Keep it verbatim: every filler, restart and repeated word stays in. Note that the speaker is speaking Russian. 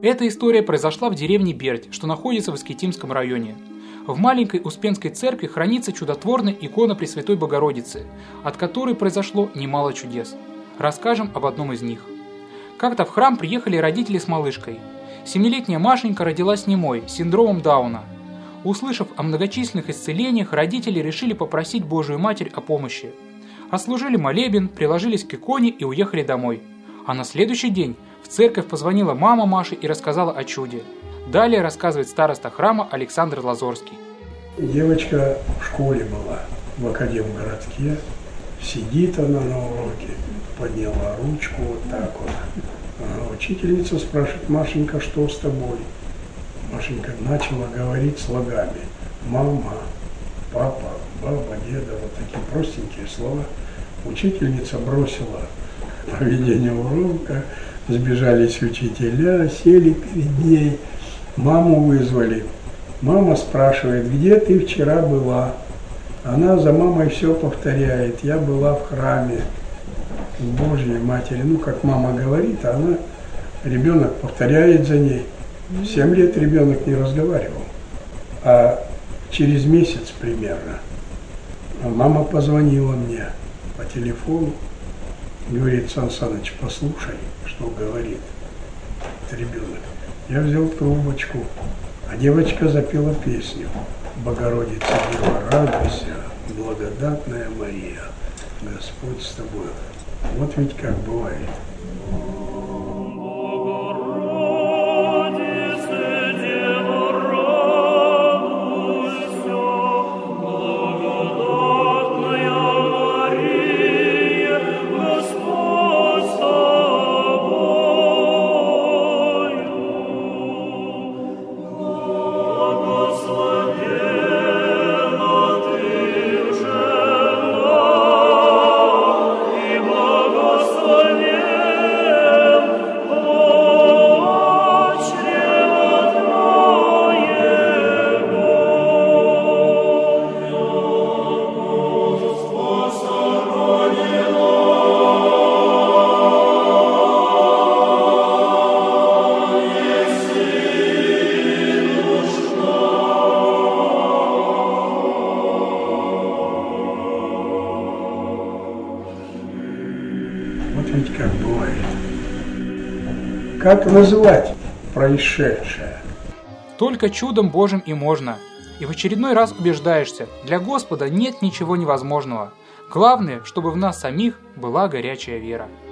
Эта история произошла в деревне Берть, что находится в Искитимском районе. В маленькой Успенской церкви хранится чудотворная икона Пресвятой Богородицы, от которой произошло немало чудес. Расскажем об одном из них. Как-то в храм приехали родители с малышкой. Семилетняя Машенька родилась немой, с синдромом Дауна. Услышав о многочисленных исцелениях, родители решили попросить Божию Матерь о помощи. Отслужили молебен, приложились к иконе и уехали домой. А на следующий день в церковь позвонила мама Маши и рассказала о чуде. Далее рассказывает староста храма Александр Лазорский. Девочка в школе была, в Академгородке. Сидит она на уроке, подняла ручку вот так вот. А учительница спрашивает: Машенька, что с тобой? Машенька начала говорить слогами: мама, папа, баба, деда, вот такие простенькие слова. Учительница бросила проведение урока, сбежались учителя, сели перед ней, маму вызвали. Мама спрашивает: где ты вчера была? Она за мамой все повторяет: я была в храме Божьей Матери. Ну, как мама говорит, а она, ребенок повторяет за ней. Семь лет ребенок не разговаривал. А через месяц примерно мама позвонила мне по телефону. Говорит: Сан Саныч, послушай, что говорит этот ребенок. Я взял трубочку, а девочка запела песню: Богородица Дева, радуйся, благодатная Мария, Господь с тобой. Вот ведь как бывает. Вот ведь как бывает. Как назвать происшедшее? Только чудом Божьим и можно. И в очередной раз убеждаешься, для Господа нет ничего невозможного. Главное, чтобы в нас самих была горячая вера.